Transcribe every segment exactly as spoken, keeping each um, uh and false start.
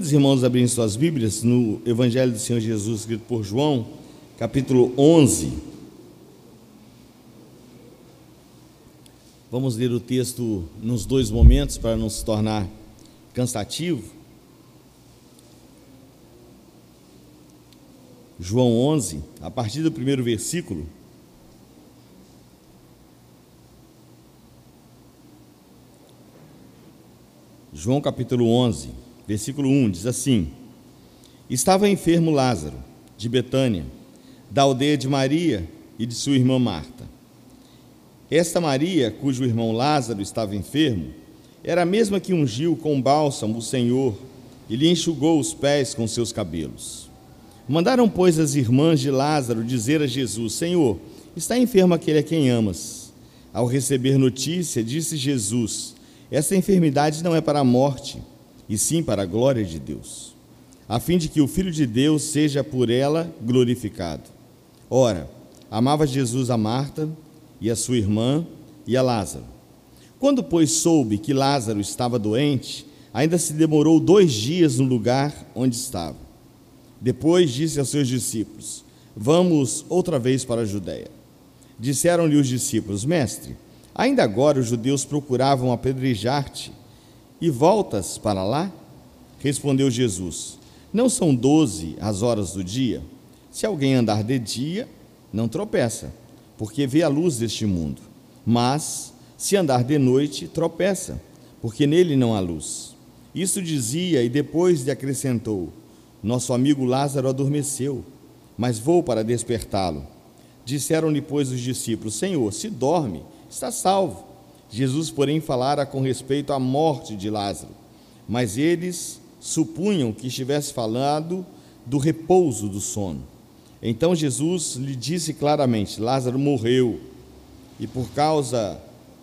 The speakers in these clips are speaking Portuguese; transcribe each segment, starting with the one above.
os irmãos abrirem suas Bíblias no Evangelho do Senhor Jesus, escrito por João, capítulo onze. Vamos ler o texto nos dois momentos para não se tornar cansativo. João onze, a partir do primeiro versículo. João capítulo onze, versículo um, diz assim: Estava enfermo Lázaro, de Betânia, da aldeia de Maria e de sua irmã Marta. Esta Maria, cujo irmão Lázaro estava enfermo, era a mesma que ungiu com bálsamo o Senhor e lhe enxugou os pés com seus cabelos. Mandaram, pois, as irmãs de Lázaro dizer a Jesus: Senhor, está enfermo aquele a quem amas. Ao receber notícia, disse Jesus: Esta enfermidade não é para a morte, e sim para a glória de Deus, a fim de que o Filho de Deus seja por ela glorificado. Ora, amava Jesus a Marta, e a sua irmã, e a Lázaro. Quando, pois, soube que Lázaro estava doente, ainda se demorou dois dias no lugar onde estava. Depois disse aos seus discípulos: Vamos outra vez para a Judeia. Disseram-lhe os discípulos: Mestre, ainda agora os judeus procuravam apedrejar-te, e voltas para lá? Respondeu Jesus: Não são doze as horas do dia? Se alguém andar de dia, não tropeça, porque vê a luz deste mundo. Mas, se andar de noite, tropeça, porque nele não há luz. Isso dizia, e depois lhe acrescentou: Nosso amigo Lázaro adormeceu, mas vou para despertá-lo. Disseram-lhe, pois, os discípulos: Senhor, se dorme, está salvo. Jesus, porém, falara com respeito à morte de Lázaro, mas eles supunham que estivesse falando do repouso do sono. Então Jesus lhe disse claramente: Lázaro morreu, e por causa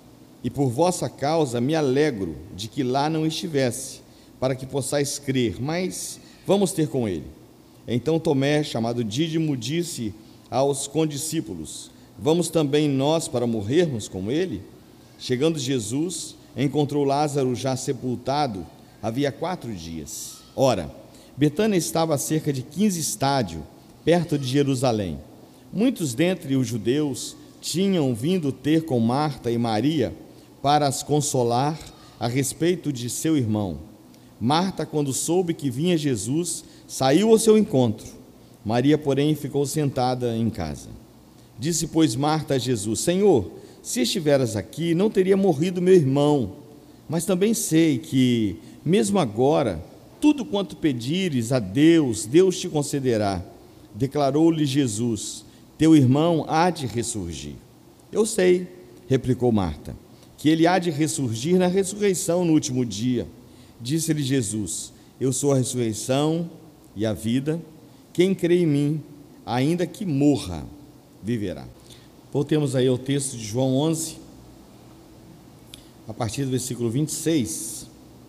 e por vossa causa me alegro de que lá não estivesse, para que possais crer, mas vamos ter com ele. Então Tomé, chamado Dídimo, disse aos condiscípulos: Vamos também nós para morrermos com ele? Chegando Jesus, encontrou Lázaro já sepultado havia quatro dias. Ora, Betânia estava a cerca de quinze estádios, perto de Jerusalém. Muitos dentre os judeus tinham vindo ter com Marta e Maria para as consolar a respeito de seu irmão. Marta, quando soube que vinha Jesus, saiu ao seu encontro. Maria, porém, ficou sentada em casa. Disse, pois, Marta a Jesus: Senhor, se estiveras aqui, não teria morrido meu irmão. Mas também sei que, mesmo agora, tudo quanto pedires a Deus, Deus te concederá. Declarou-lhe Jesus: Teu irmão há de ressurgir. Eu sei, replicou Marta, que ele há de ressurgir na ressurreição no último dia. Disse-lhe Jesus: Eu sou a ressurreição e a vida. Quem crê em mim, ainda que morra, viverá. Voltemos aí ao texto de João onze, a partir do versículo vinte e seis.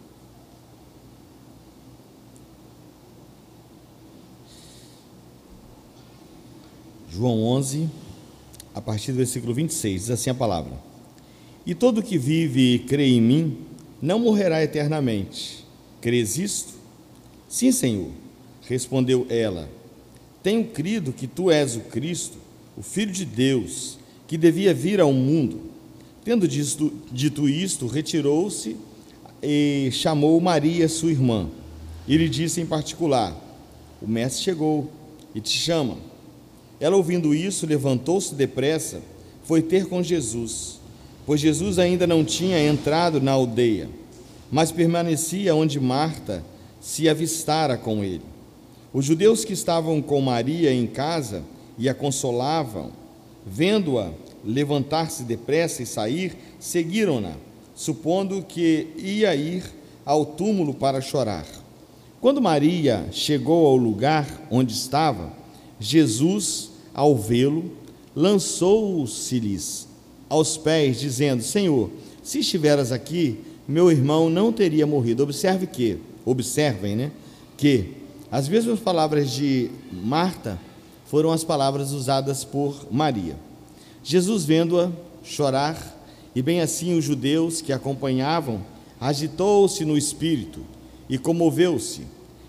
João onze, a partir do versículo vinte e seis, diz assim a palavra: E todo que vive e crê em mim, não morrerá eternamente. Crês isto? Sim, Senhor, respondeu ela. Tenho crido que tu és o Cristo, o Filho de Deus, que devia vir ao mundo. Tendo dito, dito isto, retirou-se e chamou Maria, sua irmã, e lhe disse em particular: O mestre chegou e te chama. Ela, ouvindo isso, levantou-se depressa, foi ter com Jesus, pois Jesus ainda não tinha entrado na aldeia, mas permanecia onde Marta se avistara com ele. Os judeus que estavam com Maria em casa e a consolavam, vendo-a levantar-se depressa e sair, seguiram-na, supondo que ia ir ao túmulo para chorar. Quando Maria chegou ao lugar onde estava, Jesus, ao vê-lo, lançou-se-lhes aos pés, dizendo: Senhor, se estiveras aqui, meu irmão não teria morrido. Observe que, observem, né, que as mesmas palavras de Marta foram as palavras usadas por Maria. Jesus, vendo-a chorar, e bem assim os judeus que a acompanhavam, agitou-se no espírito e comoveu-se.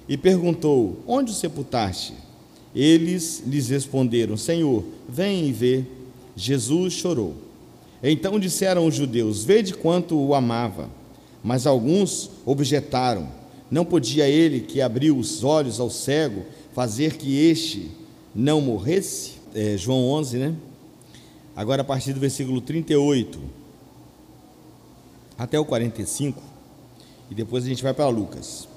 e perguntou: onde o sepultaste? Eles lhes responderam: Senhor, vem e vê. Jesus chorou. Então disseram os judeus: vede quanto o amava. Mas alguns objetaram: não podia ele, que abriu os olhos ao cego, fazer que este não morresse? É, João onze, né? Agora a partir do versículo trinta e oito até o quarenta e cinco, e depois a gente vai para Lucas.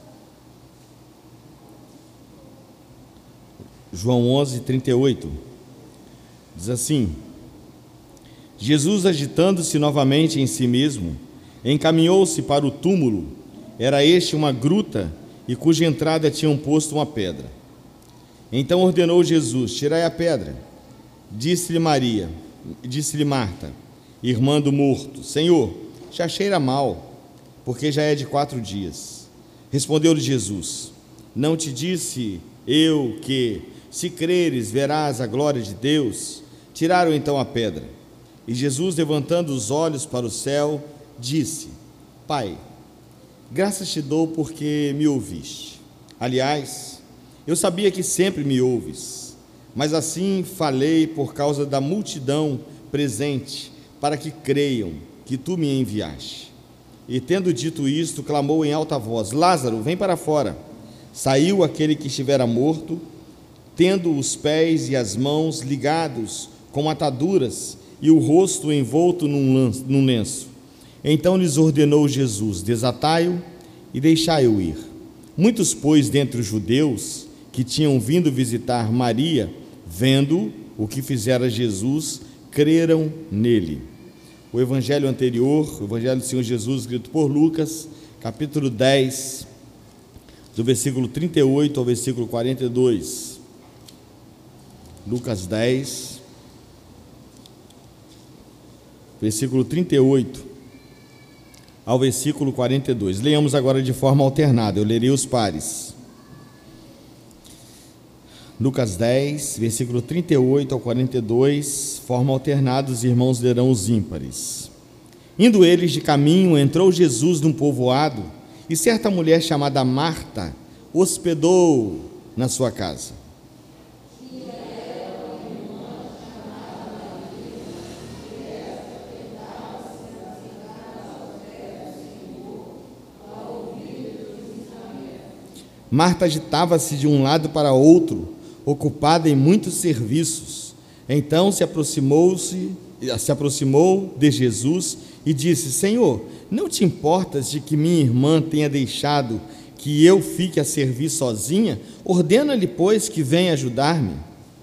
João onze, trinta e oito, diz assim: Jesus, agitando-se novamente em si mesmo, encaminhou-se para o túmulo. Era este uma gruta, e cuja entrada tinham posto uma pedra. Então ordenou Jesus: tirai a pedra. Disse-lhe Maria, disse-lhe Marta, irmã do morto: Senhor, já cheira mal, porque já é de quatro dias. Respondeu-lhe Jesus: não te disse eu que, se creres, verás a glória de Deus? Tiraram então a pedra. E Jesus, levantando os olhos para o céu, disse: Pai, graças te dou porque me ouviste. Aliás, eu sabia que sempre me ouves, mas assim falei por causa da multidão presente, para que creiam que tu me enviaste. E tendo dito isto, clamou em alta voz: Lázaro, vem para fora. Saiu aquele que estivera morto, tendo os pés e as mãos ligados com ataduras e o rosto envolto num lenço. Então lhes ordenou Jesus: desatai-o e deixai-o ir. Muitos, pois, dentre os judeus que tinham vindo visitar Maria, vendo o que fizera Jesus, creram nele. O evangelho anterior, o evangelho do Senhor Jesus, escrito por Lucas, capítulo dez, do versículo trinta e oito ao versículo quarenta e dois. Lucas dez, versículo trinta e oito ao versículo quarenta e dois. Leamos agora de forma alternada, eu lerei os pares. Lucas dez, versículo trinta e oito ao quarenta e dois, forma alternada, os irmãos lerão os ímpares. Indo eles de caminho, entrou Jesus num povoado, e certa mulher chamada Marta hospedou na sua casa. Marta agitava-se de um lado para outro, ocupada em muitos serviços. Então se aproximou-se, se aproximou de Jesus e disse: Senhor, não te importas de que minha irmã tenha deixado que eu fique a servir sozinha? Ordena-lhe, pois, que venha ajudar-me.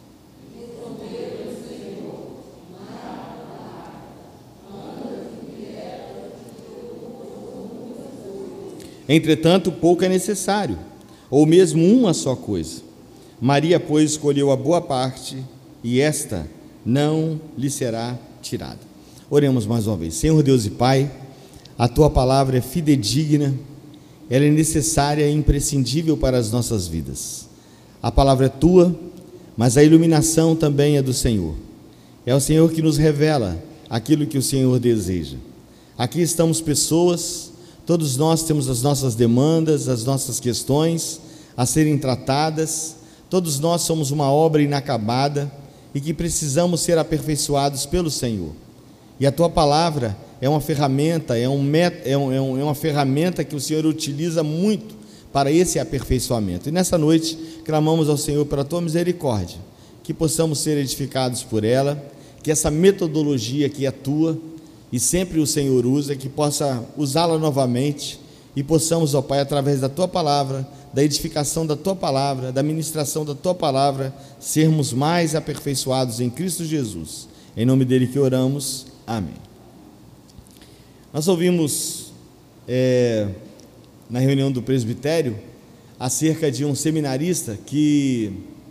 Entretanto, pouco é necessário, ou mesmo uma só coisa. Maria, pois, escolheu a boa parte, e esta não lhe será tirada. Oremos mais uma vez. Senhor Deus e Pai, a Tua palavra é fidedigna, ela é necessária e imprescindível para as nossas vidas. A palavra é Tua, mas a iluminação também é do Senhor. É o Senhor que nos revela aquilo que o Senhor deseja. Aqui estamos pessoas, todos nós temos as nossas demandas, as nossas questões a serem tratadas. Todos nós somos uma obra inacabada e que precisamos ser aperfeiçoados pelo Senhor. E a Tua palavra é uma ferramenta, é, um, é, um, é uma ferramenta que o Senhor utiliza muito para esse aperfeiçoamento. E nessa noite clamamos ao Senhor pela Tua misericórdia, que possamos ser edificados por ela, que essa metodologia que é Tua e sempre o Senhor usa, que possa usá-la novamente e possamos, ó Pai, através da Tua palavra, da edificação da Tua palavra, da ministração da Tua palavra, sermos mais aperfeiçoados em Cristo Jesus. Em nome dele que oramos. Amém. Nós ouvimos é, na reunião do presbitério acerca de um seminarista que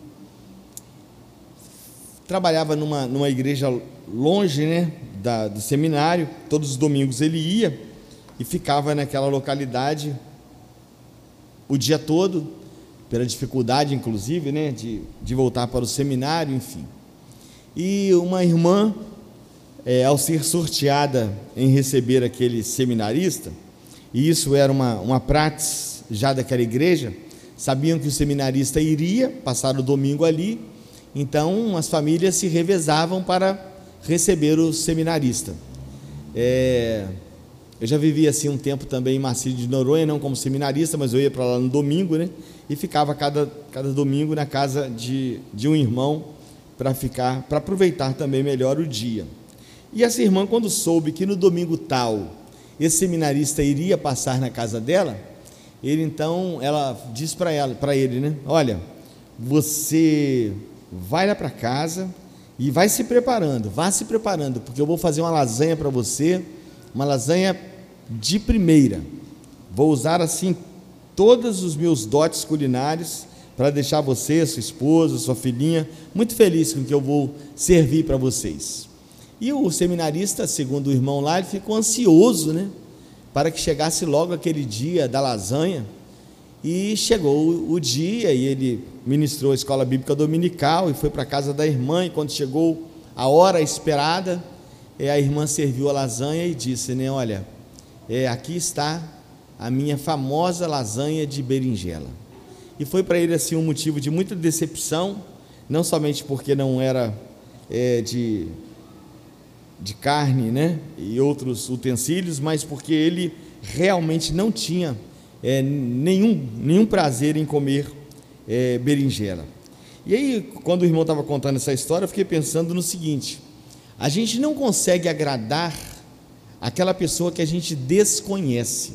trabalhava numa, numa igreja longe, né, da, do seminário. Todos os domingos ele ia e ficava naquela localidade o dia todo, pela dificuldade inclusive, né, de, de voltar para o seminário, enfim. E uma irmã, é, ao ser sorteada em receber aquele seminarista, e isso era uma, uma prática já daquela igreja, sabiam que o seminarista iria passar o domingo ali, então as famílias se revezavam para receber o seminarista. É, eu já vivi assim um tempo também em Marcílio de Noronha, não como seminarista, mas eu ia para lá no domingo, né? E ficava cada, cada domingo na casa de, de um irmão para ficar, para aproveitar também melhor o dia. E essa irmã, quando soube que no domingo tal esse seminarista iria passar na casa dela, ele então, ela disse para ela, para ele, né? Olha, você vai lá para casa e vai se preparando, vá se preparando, porque eu vou fazer uma lasanha para você, uma lasanha de primeira. Vou usar assim todos os meus dotes culinários para deixar você, sua esposa, sua filhinha muito feliz com o que eu vou servir para vocês. E o seminarista, segundo o irmão lá, ele ficou ansioso, né, para que chegasse logo aquele dia da lasanha. E chegou o dia e ele ministrou a escola bíblica dominical e foi para a casa da irmã. E quando chegou a hora esperada, a irmã serviu a lasanha e disse, né, olha, é, aqui está a minha famosa lasanha de berinjela. E foi para ele assim um motivo de muita decepção, não somente porque não era é, de, de carne, né, e outros utensílios, mas porque ele realmente não tinha É, nenhum, nenhum prazer em comer é, berinjela. E aí, quando o irmão estava contando essa história, eu fiquei pensando no seguinte: a gente não consegue agradar aquela pessoa que a gente desconhece.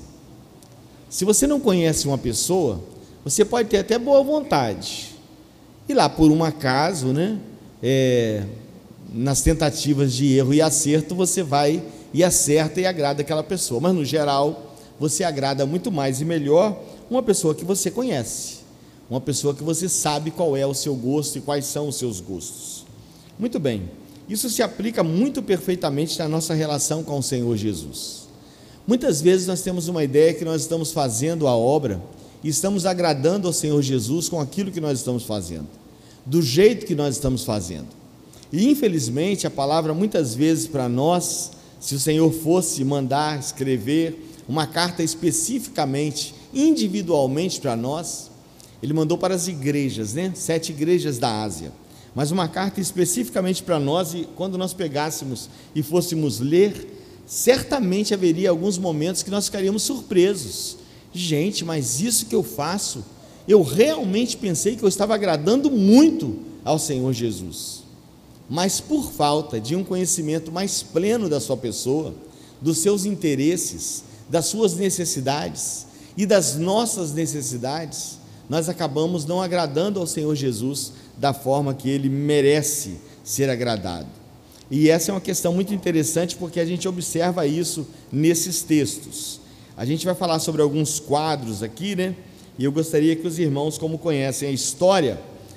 Se você não conhece uma pessoa, você pode ter até boa vontade, e lá por um acaso, né, é, nas tentativas de erro e acerto, você vai e acerta e agrada aquela pessoa, mas no geral você agrada muito mais e melhor uma pessoa que você conhece, uma pessoa que você sabe qual é o seu gosto e quais são os seus gostos. Muito bem, isso se aplica muito perfeitamente na nossa relação com o Senhor Jesus. Muitas vezes nós temos uma ideia que nós estamos fazendo a obra e estamos agradando ao Senhor Jesus com aquilo que nós estamos fazendo, do jeito que nós estamos fazendo. E infelizmente a palavra muitas vezes para nós, se o Senhor fosse mandar escrever uma carta especificamente, individualmente para nós, ele mandou para as igrejas, né? Sete igrejas da Ásia, mas uma carta especificamente para nós, e quando nós pegássemos e fôssemos ler, certamente haveria alguns momentos que nós ficaríamos surpresos. Gente, mas isso que eu faço, eu realmente pensei que eu estava agradando muito ao Senhor Jesus, mas por falta de um conhecimento mais pleno da sua pessoa, dos seus interesses, das suas necessidades e das nossas necessidades, nós acabamos não agradando ao Senhor Jesus da forma que Ele merece ser agradado. E essa é uma questão muito interessante, porque a gente observa isso nesses textos. A gente vai falar sobre alguns quadros aqui, né? E eu gostaria que os irmãos, como conhecem a história,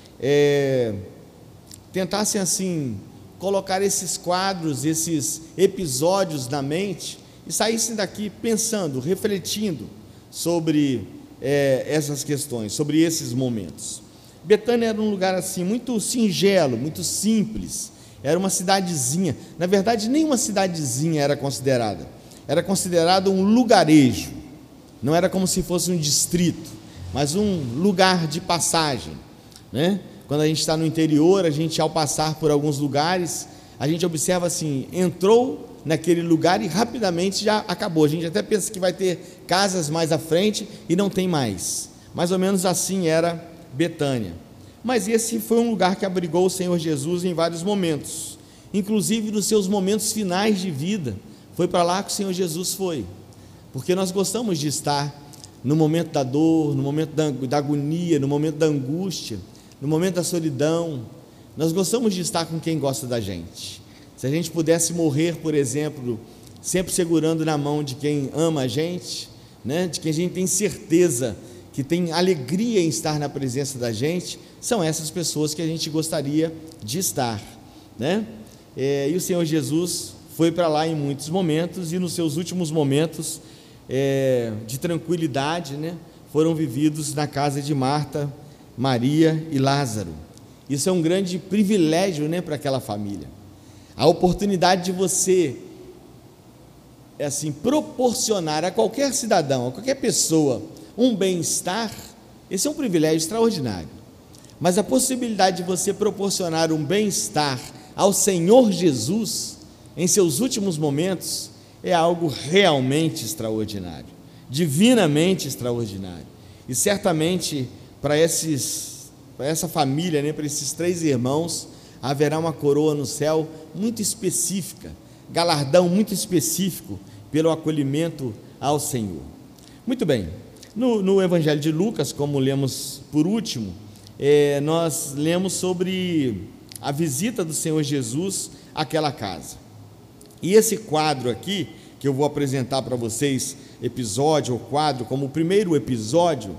é, tentassem assim colocar esses quadros, esses episódios na mente, e saíssem daqui pensando, refletindo sobre é, essas questões, sobre esses momentos. Betânia era um lugar assim muito singelo, muito simples, era uma cidadezinha, na verdade nem uma cidadezinha era considerada, era considerado um lugarejo, não era como se fosse um distrito, mas um lugar de passagem, né? Quando a gente está no interior, a gente ao passar por alguns lugares, a gente observa assim, entrou naquele lugar e rapidamente já acabou. A gente até pensa que vai ter casas mais à frente e não tem mais. Mais ou menos assim era Betânia. Mas esse foi um lugar que abrigou o Senhor Jesus em vários momentos, inclusive nos seus momentos finais de vida. Foi para lá que o Senhor Jesus foi, porque nós gostamos de estar no momento da dor, no momento da, da agonia, no momento da angústia, no momento da solidão. Nós gostamos de estar com quem gosta da gente. Se a gente pudesse morrer, por exemplo, sempre segurando na mão de quem ama a gente, né, de quem a gente tem certeza que tem alegria em estar na presença da gente, são essas pessoas que a gente gostaria de estar, né? É, e o Senhor Jesus foi para lá em muitos momentos, e nos seus últimos momentos é, de tranquilidade, né, foram vividos na casa de Marta, Maria e Lázaro. Isso é um grande privilégio, né, para aquela família. A oportunidade de você é assim, proporcionar a qualquer cidadão, a qualquer pessoa, um bem-estar, Esse é um privilégio extraordinário. Mas a possibilidade de você proporcionar um bem-estar ao Senhor Jesus em seus últimos momentos é algo realmente extraordinário, divinamente extraordinário. E certamente para esses, para essa família, né, para esses três irmãos, haverá uma coroa no céu muito específica, galardão muito específico pelo acolhimento ao Senhor. Muito bem, no, no Evangelho de Lucas, como lemos por último, é, nós lemos sobre a visita do Senhor Jesus àquela casa. E esse quadro aqui, que eu vou apresentar para vocês, episódio ou quadro, como o primeiro episódio,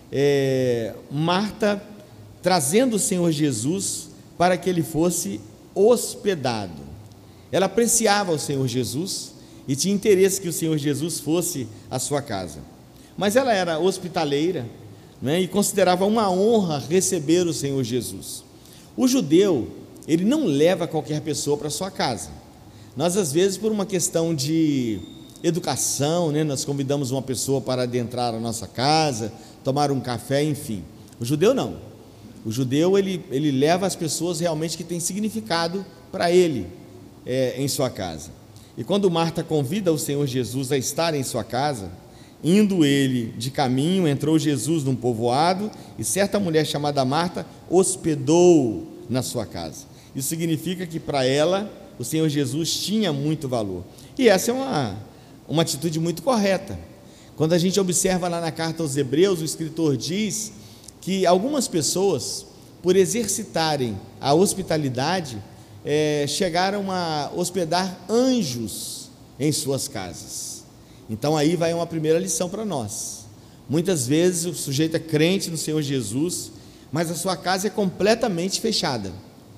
é Marta trazendo o Senhor Jesus para que ele fosse hospedado. Ela apreciava o Senhor Jesus e tinha interesse que o Senhor Jesus fosse à sua casa. Mas ela era hospitaleira, né, e considerava uma honra receber o Senhor Jesus. O judeu, ele não leva qualquer pessoa para sua casa. Nós, às vezes, por uma questão de educação, né, nós convidamos uma pessoa para adentrar a nossa casa, tomar um café, enfim. O judeu não. O judeu, ele, ele leva as pessoas realmente que têm significado para ele é, em sua casa. E quando Marta convida o Senhor Jesus a estar em sua casa, indo ele de caminho, entrou Jesus num povoado, e certa mulher chamada Marta hospedou na sua casa. Isso significa que para ela o Senhor Jesus tinha muito valor. E essa é uma, uma atitude muito correta. Quando a gente observa lá na carta aos Hebreus, o escritor diz que algumas pessoas, por exercitarem a hospitalidade, é, chegaram a hospedar anjos em suas casas. Então aí vai uma primeira lição para nós. Muitas vezes o sujeito é crente no Senhor Jesus, mas a sua casa é completamente fechada.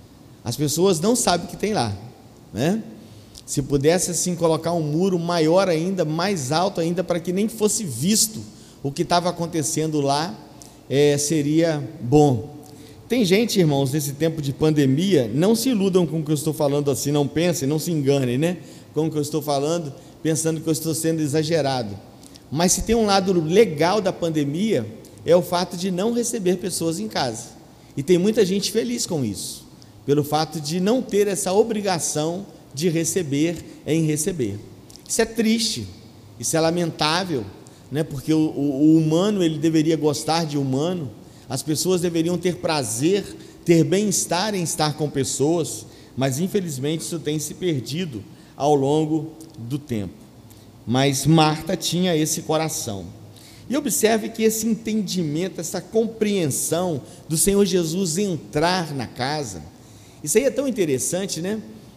As pessoas não sabem o que tem lá, né? Se pudesse assim colocar um muro maior ainda, mais alto ainda, para que nem fosse visto o que estava acontecendo lá, é, seria bom. Tem gente, irmãos, nesse tempo de pandemia, não se iludam com o que eu estou falando assim, não pensem, não se enganem, né? Com o que eu estou falando, pensando que eu estou sendo exagerado. Mas se tem um lado legal da pandemia, é o fato de não receber pessoas em casa. E tem muita gente feliz com isso, pelo fato de não ter essa obrigação de receber em receber. Isso é triste, isso é lamentável, né? Porque o, o, o humano, ele deveria gostar de humano, as pessoas deveriam ter prazer, ter bem-estar em estar com pessoas, mas infelizmente isso tem se perdido ao longo do tempo. Mas Marta tinha esse coração. E observe que esse entendimento, essa compreensão do Senhor Jesus entrar na casa, isso aí é tão interessante, né?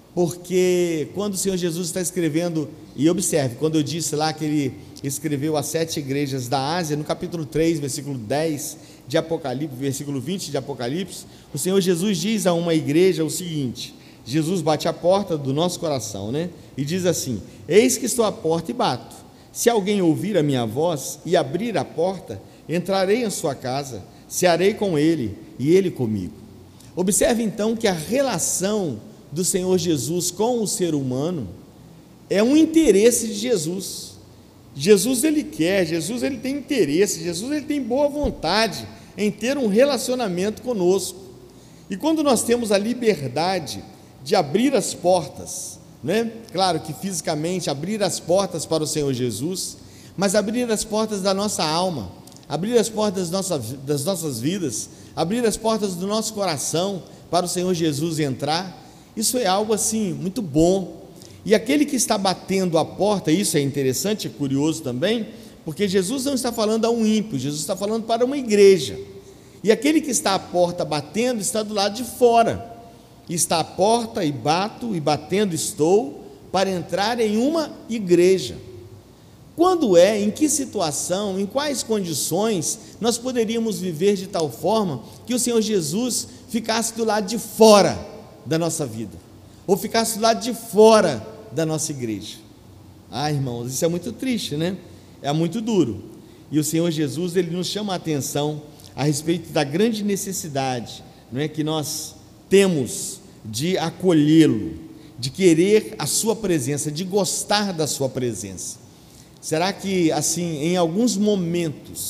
Porque quando o Senhor Jesus está escrevendo, e observe, quando eu disse lá que ele escreveu as sete igrejas da Ásia, no capítulo três, versículo dez de Apocalipse, versículo vinte de Apocalipse, o Senhor Jesus diz a uma igreja o seguinte: Jesus bate a porta do nosso coração, né? E diz assim: eis que estou à porta e bato, se alguém ouvir a minha voz e abrir a porta, entrarei em sua casa, cearei com ele e ele comigo. Observe então que a relação do Senhor Jesus com o ser humano é um interesse de Jesus. Jesus ele quer, Jesus ele tem interesse, Jesus ele tem boa vontade em ter um relacionamento conosco. E quando nós temos a liberdade de abrir as portas, né? Claro que fisicamente abrir as portas para o Senhor Jesus, mas abrir as portas da nossa alma, abrir as portas das nossas, das nossas vidas, abrir as portas do nosso coração para o Senhor Jesus entrar, isso é algo assim muito bom. E aquele que está batendo a porta, isso é interessante, é curioso também, porque Jesus não está falando a um ímpio, Jesus está falando para uma igreja, e aquele que está à porta batendo está do lado de fora. Está à porta e bato, e batendo estou, para entrar em uma igreja. Quando é, em que situação, em quais condições nós poderíamos viver de tal forma que o Senhor Jesus ficasse do lado de fora da nossa vida, ou ficasse do lado de fora da nossa igreja? Ah, irmãos, isso é muito triste, né? É muito duro. E o Senhor Jesus, ele nos chama a atenção a respeito da grande necessidade, não é, que nós temos de acolhê-lo, de querer a sua presença, de gostar da sua presença. Será que assim, em alguns momentos,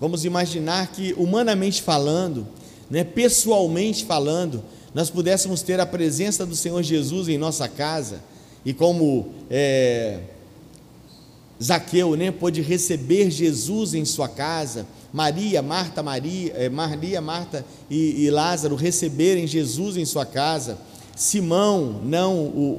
vamos imaginar que, humanamente falando, né, pessoalmente falando, nós pudéssemos ter a presença do Senhor Jesus em nossa casa, e como é, Zaqueu, né, pôde receber Jesus em sua casa, Maria, Marta, Maria, é, Maria, Marta e, e Lázaro receberem Jesus em sua casa, Simão, não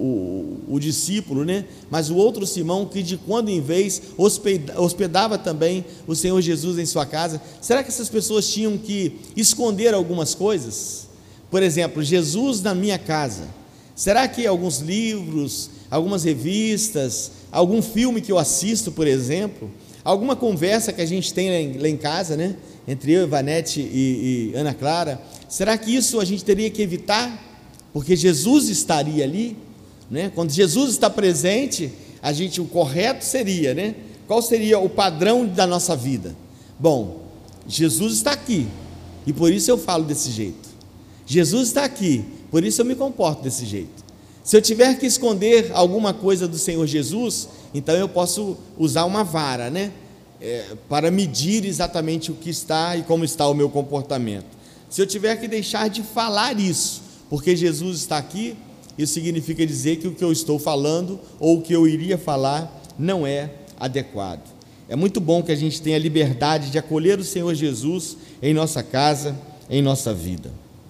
o, o, o discípulo, né, mas o outro Simão, que de quando em vez hospeda, hospedava também o Senhor Jesus em sua casa. Será que essas pessoas tinham que esconder algumas coisas? Por exemplo, Jesus na minha casa. Será que alguns livros, algumas revistas, algum filme que eu assisto, por exemplo, alguma conversa que a gente tem lá em casa, né, entre eu, Ivanete e, e Ana Clara, será que isso a gente teria que evitar? Porque Jesus estaria ali, né? Quando Jesus está presente, a gente, o correto seria, né? Qual seria o padrão da nossa vida? Bom, Jesus está aqui, e por isso eu falo desse jeito. Jesus está aqui, por isso eu me comporto desse jeito. Se eu tiver que esconder alguma coisa do Senhor Jesus, então eu posso usar uma vara, né? É, para medir exatamente o que está e como está o meu comportamento. Se eu tiver que deixar de falar isso, porque Jesus está aqui, isso significa dizer que o que eu estou falando, ou o que eu iria falar, não é adequado. É muito bom que a gente tenha liberdade de acolher o Senhor Jesus em nossa casa, em nossa vida.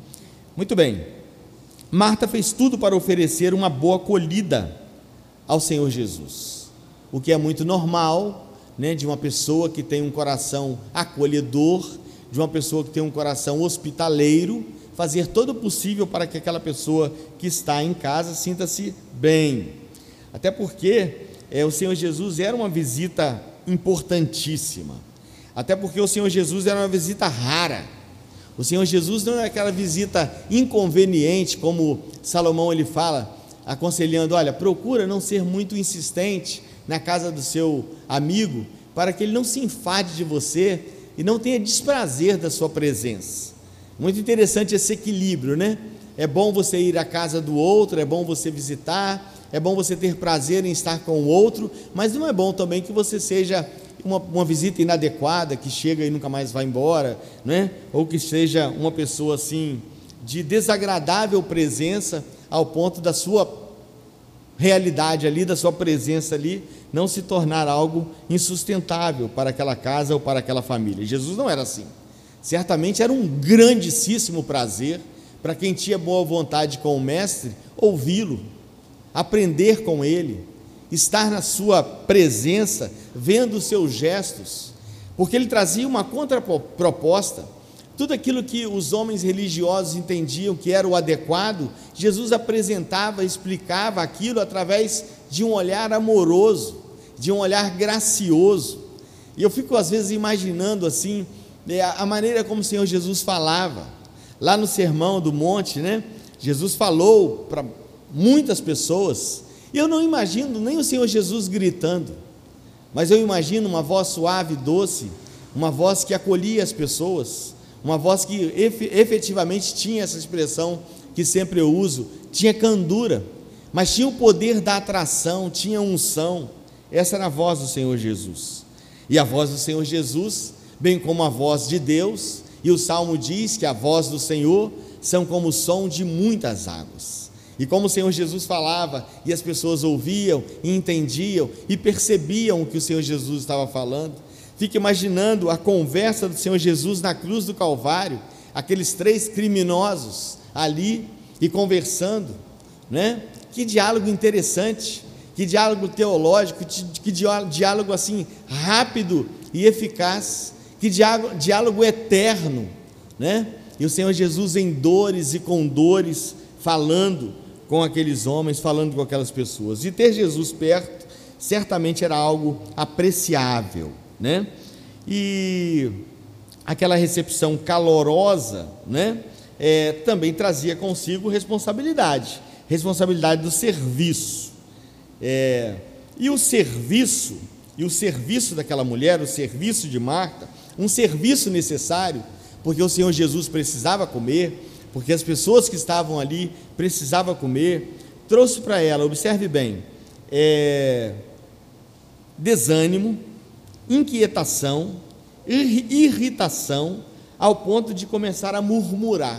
Muito bem, Marta fez tudo para oferecer uma boa acolhida ao Senhor Jesus, o que é muito normal, né, de uma pessoa que tem um coração acolhedor, de uma pessoa que tem um coração hospitaleiro, fazer todo o possível para que aquela pessoa que está em casa sinta-se bem, até porque é, o Senhor Jesus era uma visita importantíssima, até porque o Senhor Jesus era uma visita rara. O Senhor Jesus não é aquela visita inconveniente, como Salomão ele fala, aconselhando: olha, procura não ser muito insistente na casa do seu amigo, para que ele não se enfade de você e não tenha desprazer da sua presença. Muito interessante esse equilíbrio, né? É bom você ir à casa do outro, é bom você visitar, é bom você ter prazer em estar com o outro, mas não é bom também que você seja uma, uma visita inadequada, que chega e nunca mais vai embora, né? Ou que seja uma pessoa assim, de desagradável presença, ao ponto da sua realidade ali, da sua presença ali, não se tornar algo insustentável para aquela casa ou para aquela família. Jesus não era assim. Certamente era um grandíssimo prazer para quem tinha boa vontade com o mestre, ouvi-lo, aprender com ele, estar na sua presença, vendo os seus gestos, porque ele trazia uma contraproposta. Tudo aquilo que os homens religiosos entendiam que era o adequado, Jesus apresentava, explicava aquilo através de um olhar amoroso, de um olhar gracioso. E eu fico às vezes imaginando assim, a maneira como o Senhor Jesus falava, lá no Sermão do Monte, né? Jesus falou para muitas pessoas, e eu não imagino nem o Senhor Jesus gritando, mas eu imagino uma voz suave e doce, uma voz que acolhia as pessoas, uma voz que efetivamente tinha essa expressão que sempre eu uso, tinha candura, mas tinha o poder da atração, tinha unção. Essa era a voz do Senhor Jesus, e a voz do Senhor Jesus, bem como a voz de Deus, e o Salmo diz que a voz do Senhor são como o som de muitas águas, e como o Senhor Jesus falava, e as pessoas ouviam, e entendiam, e percebiam o que o Senhor Jesus estava falando. Fique imaginando a conversa do Senhor Jesus na cruz do Calvário, aqueles três criminosos ali, e conversando, né? Que diálogo interessante, que diálogo teológico, que diálogo assim, rápido e eficaz, que diálogo, diálogo eterno, né? E o Senhor Jesus em dores e com dores, falando com aqueles homens, falando com aquelas pessoas, e ter Jesus perto, certamente era algo apreciável, né? E aquela recepção calorosa, né? É, também trazia consigo responsabilidade, responsabilidade do serviço, é, e o serviço, e o serviço daquela mulher, o serviço de Marta, um serviço necessário, porque o Senhor Jesus precisava comer, porque as pessoas que estavam ali precisavam comer, trouxe para ela, observe bem, é, desânimo, inquietação irritação ao ponto de começar a murmurar.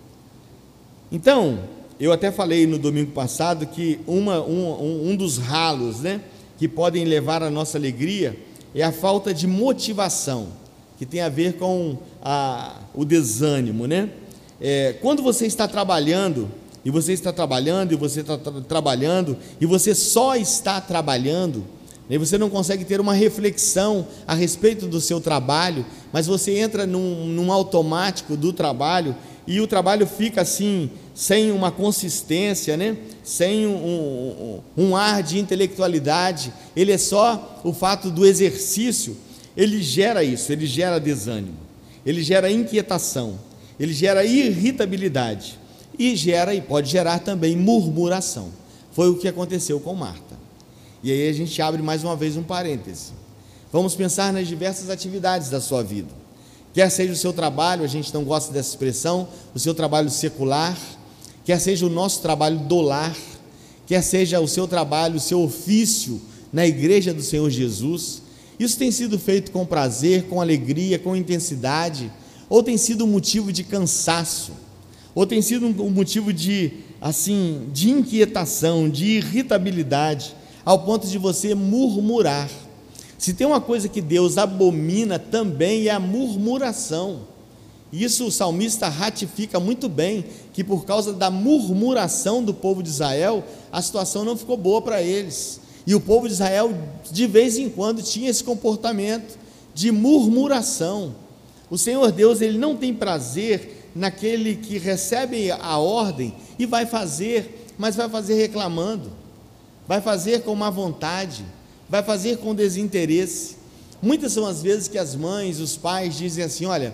Então, eu até falei no domingo passado que uma, um, um dos ralos, né, que podem levar a nossa alegria é a falta de motivação, que tem a ver com a, o desânimo, né? É, quando você está trabalhando, e você está trabalhando, e você está tra trabalhando, e você só está trabalhando, e você não consegue ter uma reflexão a respeito do seu trabalho, mas você entra num, num automático do trabalho, e o trabalho fica assim, sem uma consistência, né? Sem um, um, um ar de intelectualidade, ele é só o fato do exercício, ele gera isso, ele gera desânimo, ele gera inquietação, ele gera irritabilidade, e gera e pode gerar também murmuração. Foi o que aconteceu com Marta. E aí a gente abre mais uma vez um parêntese. Vamos pensar nas diversas atividades da sua vida. Quer seja o seu trabalho, a gente não gosta dessa expressão, o seu trabalho secular, quer seja o nosso trabalho do lar, quer seja o seu trabalho, o seu ofício na igreja do Senhor Jesus. Isso tem sido feito com prazer, com alegria, com intensidade, ou tem sido um motivo de cansaço, ou tem sido um motivo de, assim, de inquietação, de irritabilidade, ao ponto de você murmurar. Se tem uma coisa que Deus abomina também é a murmuração. Isso o salmista ratifica muito bem, que por causa da murmuração do povo de Israel, a situação não ficou boa para eles. E o povo de Israel, de vez em quando, tinha esse comportamento de murmuração. O Senhor Deus, ele não tem prazer naquele que recebe a ordem e vai fazer, mas vai fazer reclamando, vai fazer com má vontade, vai fazer com desinteresse. Muitas são as vezes que as mães, os pais dizem assim: olha,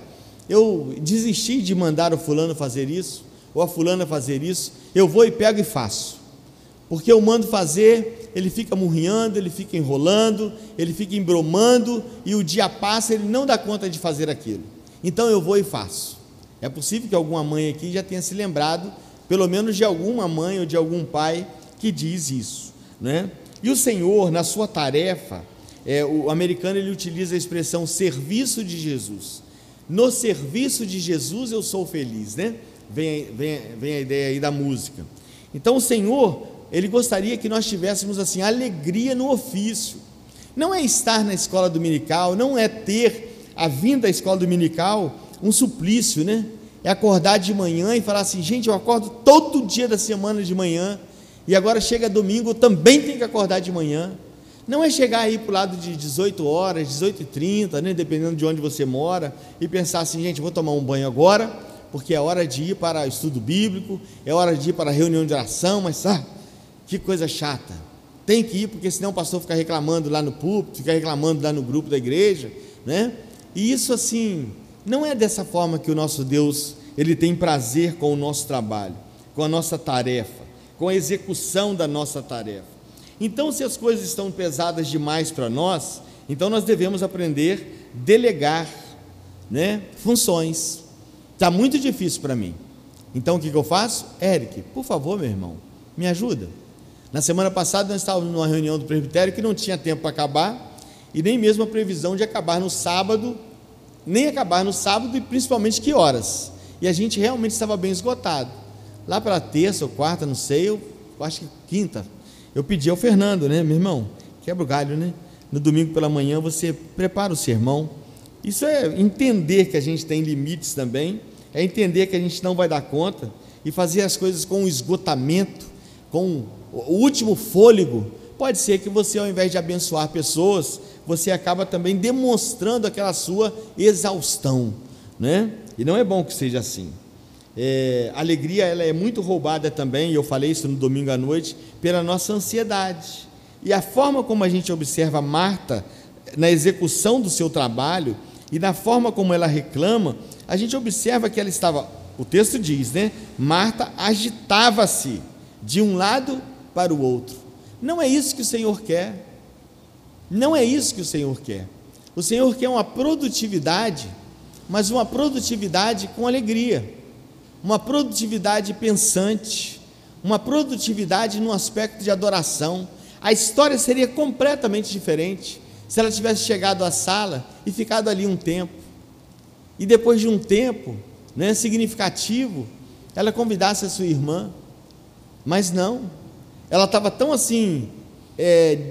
eu desisti de mandar o fulano fazer isso, ou a fulana fazer isso, eu vou e pego e faço, porque eu mando fazer, ele fica murriando, ele fica enrolando, ele fica embromando, e o dia passa, ele não dá conta de fazer aquilo, então eu vou e faço. É possível que alguma mãe aqui já tenha se lembrado, pelo menos de alguma mãe ou de algum pai que diz isso, né? E o Senhor, na sua tarefa, é, o americano ele utiliza a expressão serviço de Jesus. No serviço de Jesus eu sou feliz, né? Vem, vem, vem a ideia aí da música. Então o Senhor, ele gostaria que nós tivéssemos assim alegria no ofício. Não é estar na escola dominical, não é ter a vinda à escola dominical um suplício, né? É acordar de manhã e falar assim: gente, eu acordo todo dia da semana de manhã, e agora chega domingo, eu também tenho que acordar de manhã. Não é chegar aí para o lado de dezoito horas, dezoito e trinta, né, dependendo de onde você mora, e pensar assim: gente, vou tomar um banho agora, porque é hora de ir para o estudo bíblico, é hora de ir para a reunião de oração, mas ah, que coisa chata, tem que ir, porque senão o pastor fica reclamando lá no púlpito, fica reclamando lá no grupo da igreja, né? E isso assim, não é dessa forma que o nosso Deus, ele tem prazer com o nosso trabalho, com a nossa tarefa, com a execução da nossa tarefa. Então, se as coisas estão pesadas demais para nós, então nós devemos aprender a delegar, né, funções. Está muito difícil para mim, então o que, que eu faço? Eric, por favor, meu irmão, me ajuda. Na semana passada nós estávamos numa reunião do presbitério que não tinha tempo para acabar, e nem mesmo a previsão de acabar no sábado, nem acabar no sábado, e principalmente que horas, e a gente realmente estava bem esgotado. Lá para terça ou quarta, não sei, eu acho que quinta, eu pedi ao Fernando, né, meu irmão, quebra o galho, né? No domingo pela manhã você prepara o sermão. Isso é entender que a gente tem limites também, é entender que a gente não vai dar conta, e fazer as coisas com esgotamento, com o último fôlego. Pode ser que você, ao invés de abençoar pessoas, você acaba também demonstrando aquela sua exaustão, né? E não é bom que seja assim. É, a alegria, ela é muito roubada também, e eu falei isso no domingo à noite, pela nossa ansiedade. E a forma como a gente observa Marta na execução do seu trabalho, e na forma como ela reclama, a gente observa que ela estava, o texto diz, né? Marta agitava-se de um lado para o outro. Não é isso que o Senhor quer. Não é isso que o Senhor quer. O Senhor quer uma produtividade, mas uma produtividade com alegria, uma produtividade pensante, uma produtividade no aspecto de adoração. A história seria completamente diferente se ela tivesse chegado à sala e ficado ali um tempo, e depois de um tempo, né, significativo, ela convidasse a sua irmã, mas não, ela estava tão assim, é,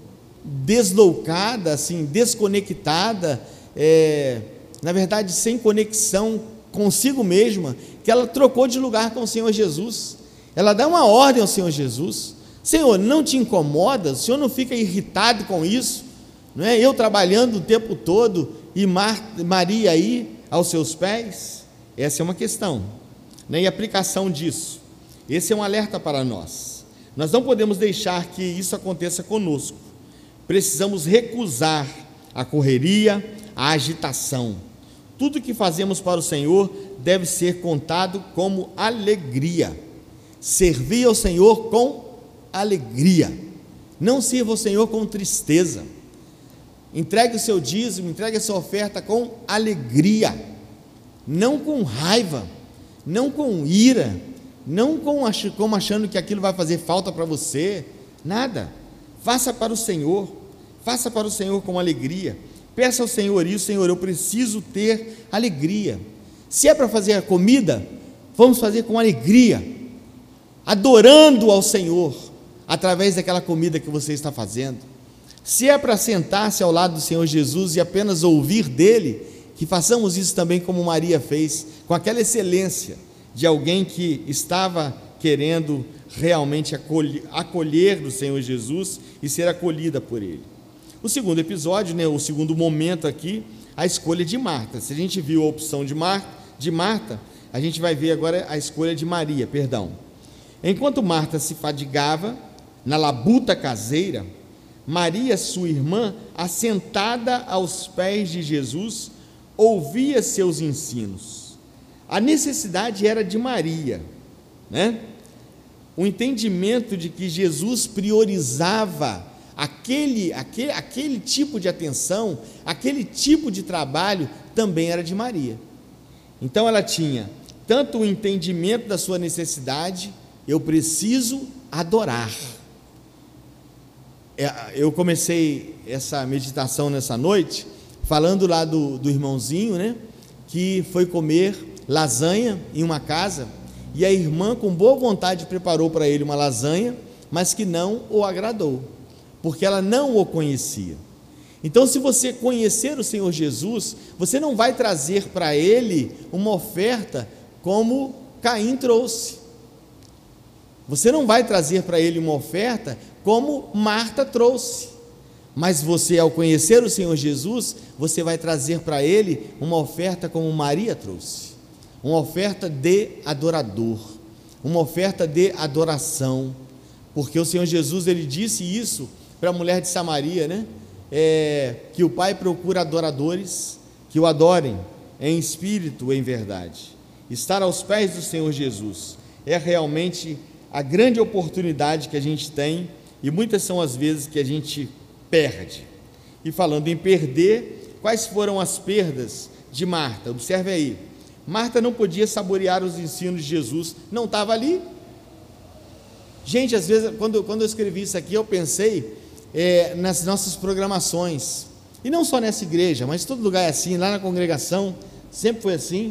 deslocada, assim, desconectada, é, na verdade sem conexão consigo mesma, que ela trocou de lugar com o Senhor Jesus. Ela dá uma ordem ao Senhor Jesus: Senhor, não te incomoda? O Senhor não fica irritado com isso? Não é? Eu trabalhando o tempo todo e Mar, Maria aí aos seus pés? Essa é uma questão, né? E a aplicação disso, esse é um alerta para nós. Nós não podemos deixar que isso aconteça conosco. Precisamos recusar a correria, a agitação. Tudo que fazemos para o Senhor deve ser contado como alegria. Servir ao Senhor com alegria. Não sirva ao Senhor com tristeza. Entregue o seu dízimo, entregue a sua oferta com alegria, não com raiva, não com ira, não com ach- como achando que aquilo vai fazer falta para você. Nada. Faça para o Senhor, faça para o Senhor com alegria. Peça ao Senhor isso: Senhor, eu preciso ter alegria. Se é para fazer a comida, vamos fazer com alegria, adorando ao Senhor através daquela comida que você está fazendo. Se é para sentar-se ao lado do Senhor Jesus e apenas ouvir dele, que façamos isso também como Maria fez, com aquela excelência de alguém que estava querendo realmente acolher, acolher do Senhor Jesus e ser acolhida por ele. O segundo episódio, né, o segundo momento aqui, a escolha de Marta. Se a gente viu a opção de, Mar, de Marta, a gente vai ver agora a escolha de Maria, perdão. Enquanto Marta se fadigava na labuta caseira, Maria, sua irmã, assentada aos pés de Jesus, ouvia seus ensinos. A necessidade era de Maria, né? O entendimento de que Jesus priorizava aquele, aquele, aquele tipo de atenção, aquele tipo de trabalho, também era de Maria. Então ela tinha tanto o entendimento da sua necessidade: eu preciso adorar. Eu comecei essa meditação nessa noite falando lá do, do irmãozinho, né, que foi comer lasanha em uma casa, e a irmã com boa vontade preparou para ele uma lasanha, mas que não o agradou, porque ela não o conhecia. Então, se você conhecer o Senhor Jesus, você não vai trazer para ele uma oferta como Caim trouxe. Você não vai trazer para ele uma oferta como Marta trouxe, mas você, ao conhecer o Senhor Jesus, você vai trazer para ele uma oferta como Maria trouxe, uma oferta de adorador, uma oferta de adoração, porque o Senhor Jesus, ele disse isso para a mulher de Samaria, né? É, que o Pai procura adoradores que o adorem em espírito e em verdade. Estar aos pés do Senhor Jesus é realmente a grande oportunidade que a gente tem, e muitas são as vezes que a gente perde. E falando em perder, quais foram as perdas de Marta? Observe aí, Marta não podia saborear os ensinos de Jesus, não estava ali. Gente, às vezes, quando, quando eu escrevi isso aqui, eu pensei é, nas nossas programações, e não só nessa igreja, mas todo lugar é assim, lá na congregação, sempre foi assim.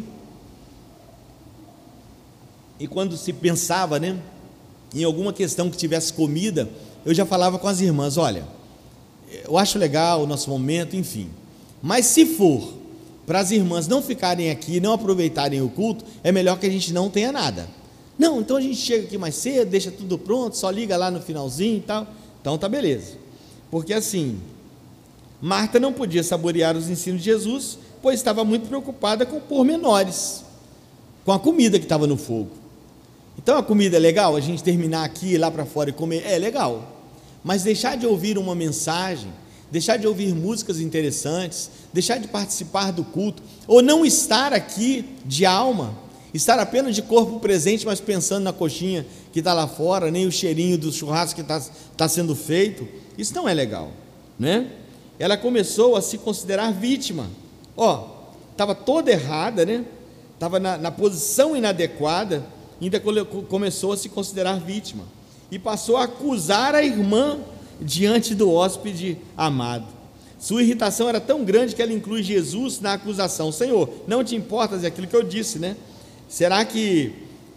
E quando se pensava, né, em alguma questão que tivesse comida, eu já falava com as irmãs: olha, eu acho legal o nosso momento, enfim, mas se for para as irmãs não ficarem aqui, não aproveitarem o culto, é melhor que a gente não tenha nada. Não, então a gente chega aqui mais cedo, deixa tudo pronto, só liga lá no finalzinho e tal. Então tá beleza, porque assim, Marta não podia saborear os ensinos de Jesus, pois estava muito preocupada com pormenores, com a comida que estava no fogo. Então a comida é legal, a gente terminar aqui, ir lá para fora e comer, é legal, mas deixar de ouvir uma mensagem, deixar de ouvir músicas interessantes, deixar de participar do culto, ou não estar aqui de alma, estar apenas de corpo presente, mas pensando na coxinha que está lá fora, nem o cheirinho do churrasco que está tá sendo feito, isso não é legal, né? Ela começou a se considerar vítima, ó, estava toda errada, né? Estava na, na posição inadequada, ainda começou a se considerar vítima, e passou a acusar a irmã diante do hóspede amado. Sua irritação era tão grande que ela inclui Jesus na acusação. Senhor, não te importas, é aquilo que eu disse, né? Será que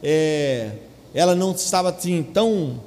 é, ela não estava assim tão,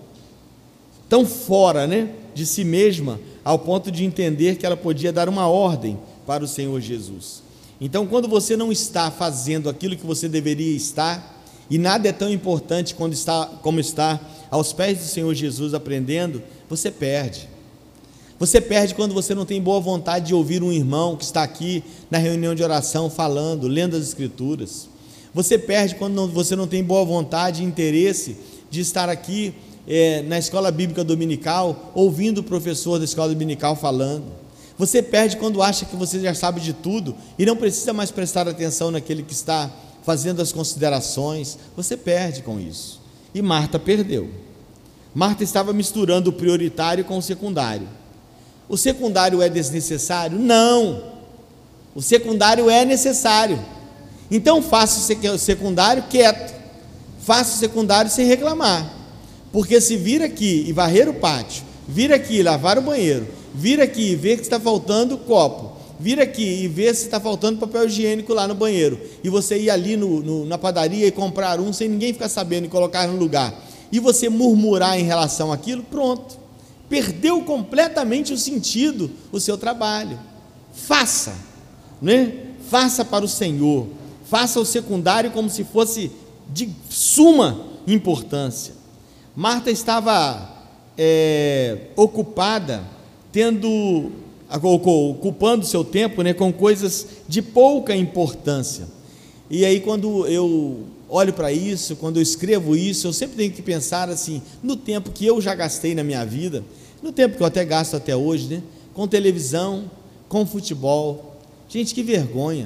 tão fora, né, de si mesma, ao ponto de entender que ela podia dar uma ordem para o Senhor Jesus? Então, quando você não está fazendo aquilo que você deveria estar, e nada é tão importante quando está, como está aos pés do Senhor Jesus aprendendo, você perde. Você perde quando você não tem boa vontade de ouvir um irmão que está aqui na reunião de oração falando, lendo as Escrituras. Você perde quando não, você não tem boa vontade e interesse de estar aqui é, na escola bíblica dominical, ouvindo o professor da escola dominical falando. Você perde quando acha que você já sabe de tudo e não precisa mais prestar atenção naquele que está fazendo as considerações. Você perde com isso. E Marta perdeu. Marta estava misturando o prioritário com o secundário. O secundário é desnecessário? Não. O secundário é necessário. Então faça o secundário quieto. Faça o secundário sem reclamar. Porque se vir aqui e varrer o pátio, vir aqui e lavar o banheiro, vir aqui e ver que está faltando copo, vir aqui e ver se está faltando papel higiênico lá no banheiro, e você ir ali no, no, na padaria e comprar um sem ninguém ficar sabendo e colocar no lugar, e você murmurar em relação àquilo, pronto, perdeu completamente o sentido o seu trabalho. Faça, né? Faça para o Senhor, faça o secundário como se fosse de suma importância. Marta estava é, ocupada, tendo, ocupando seu tempo, né, com coisas de pouca importância. E aí, quando eu olho para isso, quando eu escrevo isso, eu sempre tenho que pensar assim, no tempo que eu já gastei na minha vida, no tempo que eu até gasto até hoje, né, com televisão, com futebol. Gente, que vergonha,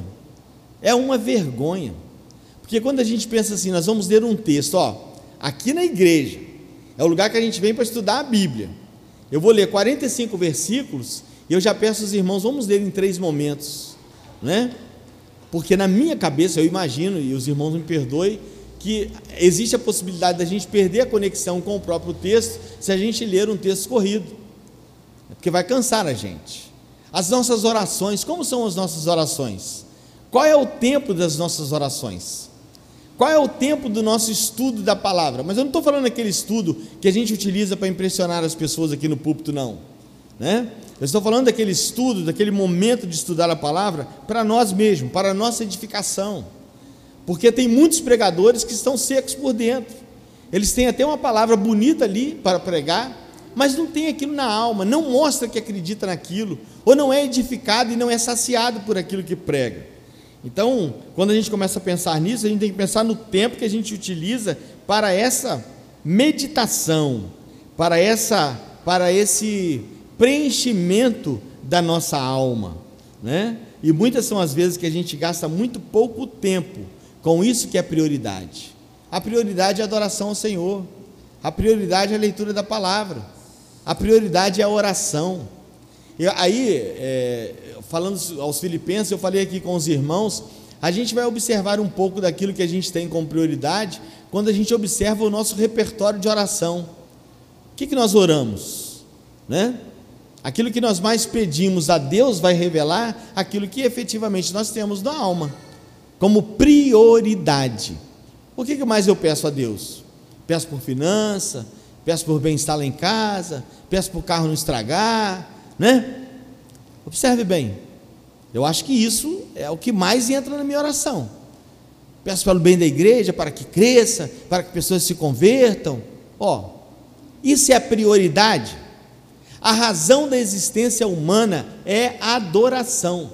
é uma vergonha, porque quando a gente pensa assim, nós vamos ler um texto, ó, aqui na igreja, é o lugar que a gente vem para estudar a Bíblia, eu vou ler quarenta e cinco versículos, e eu já peço aos irmãos, vamos ler em três momentos, né? Porque na minha cabeça, eu imagino, e os irmãos me perdoem, que existe a possibilidade da gente perder a conexão com o próprio texto, se a gente ler um texto corrido, porque vai cansar a gente. As nossas orações, como são as nossas orações? Qual é o tempo das nossas orações? Qual é o tempo do nosso estudo da palavra? Mas eu não estou falando aquele estudo que a gente utiliza para impressionar as pessoas aqui no púlpito, não, né? Eu estou falando daquele estudo, daquele momento de estudar a palavra para nós mesmos, para a nossa edificação, porque tem muitos pregadores que estão secos por dentro, eles têm até uma palavra bonita ali para pregar, mas não tem aquilo na alma, não mostra que acredita naquilo, ou não é edificado e não é saciado por aquilo que prega. Então, quando a gente começa a pensar nisso, a gente tem que pensar no tempo que a gente utiliza para essa meditação, para, essa, para esse preenchimento da nossa alma, né? E muitas são as vezes que a gente gasta muito pouco tempo com isso que é prioridade. A prioridade é a adoração ao Senhor, a prioridade é a leitura da palavra, a prioridade é a oração. E aí, é, falando aos filipenses, eu falei aqui com os irmãos, a gente vai observar um pouco daquilo que a gente tem como prioridade, quando a gente observa o nosso repertório de oração. O que, que nós oramos, né? Aquilo que nós mais pedimos a Deus vai revelar aquilo que efetivamente nós temos na alma, como prioridade. O que, que mais eu peço a Deus? Peço por finança, peço por bem-estar lá em casa, peço por o carro não estragar, né? Observe bem, eu acho que isso é o que mais entra na minha oração. Peço pelo bem da igreja, para que cresça, para que pessoas se convertam. Ó, isso é a prioridade. A razão da existência humana é a adoração.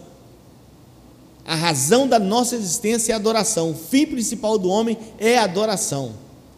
A razão da nossa existência é a adoração. O fim principal do homem é a adoração.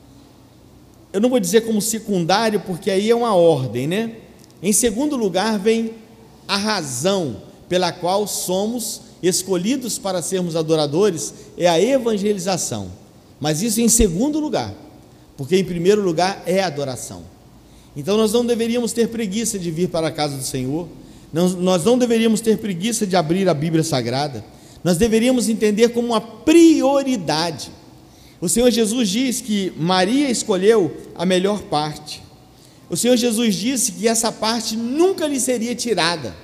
Eu não vou dizer como secundário, porque aí é uma ordem, né? Em segundo lugar vem a razão pela qual somos escolhidos para sermos adoradores, é a evangelização. Mas isso em segundo lugar, porque em primeiro lugar é a adoração. Então nós não deveríamos ter preguiça de vir para a casa do Senhor, não, nós não deveríamos ter preguiça de abrir a Bíblia Sagrada, nós deveríamos entender como uma prioridade. O Senhor Jesus diz que Maria escolheu a melhor parte. O Senhor Jesus disse que essa parte nunca lhe seria tirada.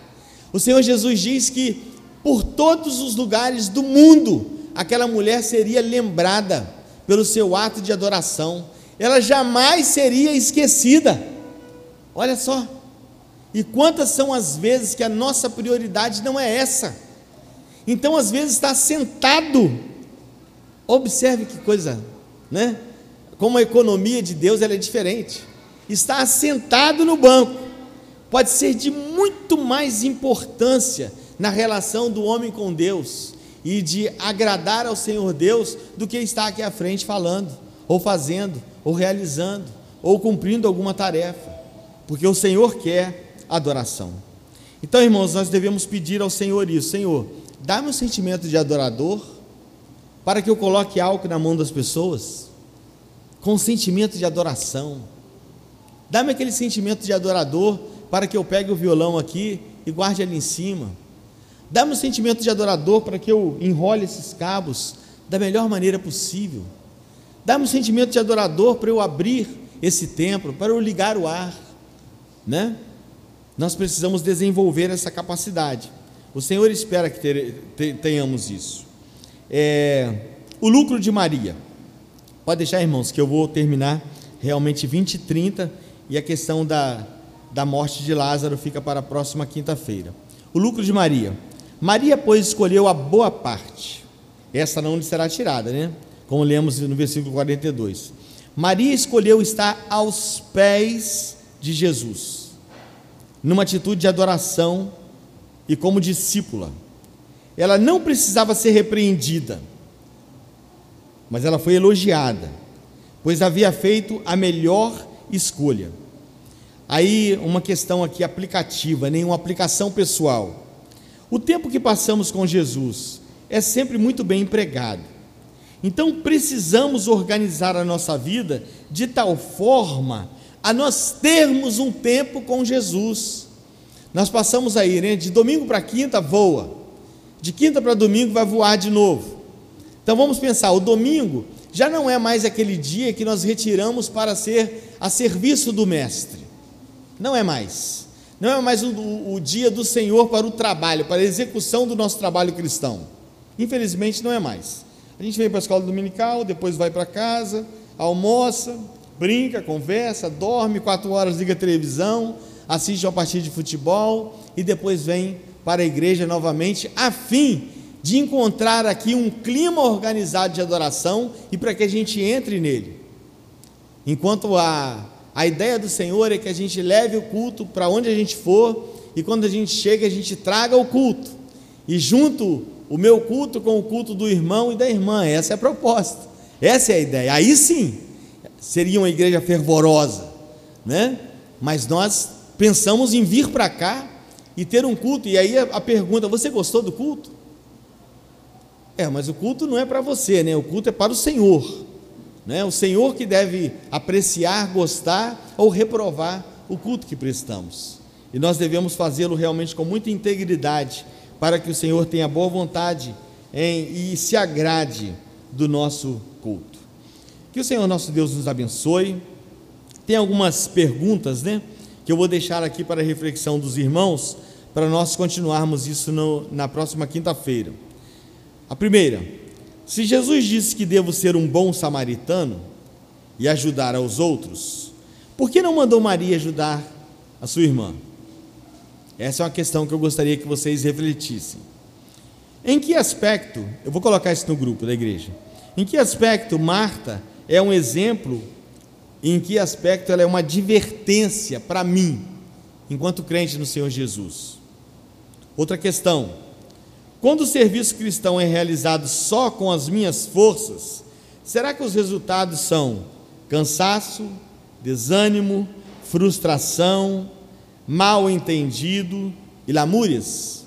O Senhor Jesus diz que por todos os lugares do mundo, aquela mulher seria lembrada pelo seu ato de adoração, ela jamais seria esquecida. Olha só, e quantas são as vezes que a nossa prioridade não é essa? Então, às vezes, está sentado, observe que coisa, né? Como a economia de Deus ela é diferente, está assentado no banco, pode ser de muito mais importância na relação do homem com Deus, e de agradar ao Senhor Deus, do que estar aqui à frente falando, ou fazendo, ou realizando, ou cumprindo alguma tarefa, porque o Senhor quer adoração. Então, irmãos, nós devemos pedir ao Senhor isso: Senhor, dá-me um sentimento de adorador, para que eu coloque algo na mão das pessoas, com um sentimento de adoração. Dá-me aquele sentimento de adorador, para que eu pegue o violão aqui e guarde ali em cima. Dá-me um sentimento de adorador, para que eu enrole esses cabos da melhor maneira possível. Dá-me um sentimento de adorador, para eu abrir esse templo, para eu ligar o ar, né? Nós precisamos desenvolver essa capacidade. O Senhor espera que ter, tenhamos isso. É, o lucro de Maria. Pode deixar, irmãos, que eu vou terminar realmente vinte e trinta, e a questão da, da morte de Lázaro fica para a próxima quinta-feira. O lucro de Maria. Maria, pois, escolheu a boa parte, essa não lhe será tirada, né? Como lemos no versículo quarenta e dois. Maria escolheu estar aos pés de Jesus, numa atitude de adoração e como discípula. Ela não precisava ser repreendida, mas ela foi elogiada, pois havia feito a melhor escolha. Aí uma questão aqui aplicativa, nenhuma aplicação pessoal. O tempo que passamos com Jesus é sempre muito bem empregado. Então precisamos organizar a nossa vida de tal forma a nós termos um tempo com Jesus. Nós passamos aí, né? De domingo para quinta voa, de quinta para domingo vai voar de novo. Então vamos pensar, o domingo já não é mais aquele dia que nós retiramos para ser a serviço do mestre, não é mais, não é mais o, o, o dia do Senhor para o trabalho, para a execução do nosso trabalho cristão, infelizmente não é mais. A gente vem para a escola dominical, depois vai para casa, almoça, brinca, conversa, dorme, quatro horas liga a televisão, assiste uma partida de futebol e depois vem para a igreja novamente, a fim de encontrar aqui um clima organizado de adoração e para que a gente entre nele. Enquanto a, a ideia do Senhor é que a gente leve o culto para onde a gente for, e quando a gente chega a gente traga o culto, e junto o meu culto com o culto do irmão e da irmã. Essa é a proposta, essa é a ideia. Aí sim seria uma igreja fervorosa, né? Mas nós pensamos em vir para cá e ter um culto. E aí a, a pergunta: você gostou do culto? É, mas o culto não é para você, né? O culto é para o Senhor, né? O Senhor que deve apreciar, gostar ou reprovar o culto que prestamos, e nós devemos fazê-lo realmente com muita integridade, para que o Senhor tenha boa vontade em, e se agrade do nosso culto. Que o Senhor nosso Deus nos abençoe. Tem algumas perguntas, né, que eu vou deixar aqui para a reflexão dos irmãos, para nós continuarmos isso no, na próxima quinta-feira. A primeira: se Jesus disse que devo ser um bom samaritano e ajudar aos outros, por que não mandou Maria ajudar a sua irmã? Essa é uma questão que eu gostaria que vocês refletissem. Em que aspecto, eu vou colocar isso no grupo da igreja, em que aspecto Marta é um exemplo, em que aspecto ela é uma advertência para mim, enquanto crente no Senhor Jesus? Outra questão: quando o serviço cristão é realizado só com as minhas forças, será que os resultados são cansaço, desânimo, frustração, mal entendido e lamúrias?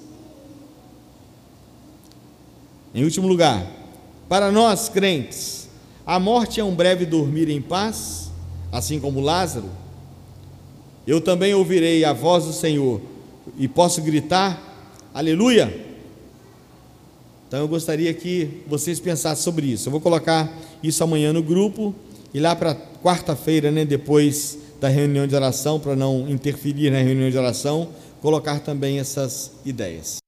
Em último lugar, para nós crentes, a morte é um breve dormir em paz, assim como Lázaro? Eu também ouvirei a voz do Senhor e posso gritar aleluia? Então eu gostaria que vocês pensassem sobre isso. Eu vou colocar isso amanhã no grupo, e lá para quarta-feira, né, depois da reunião de oração, para não interferir na reunião de oração, colocar também essas ideias.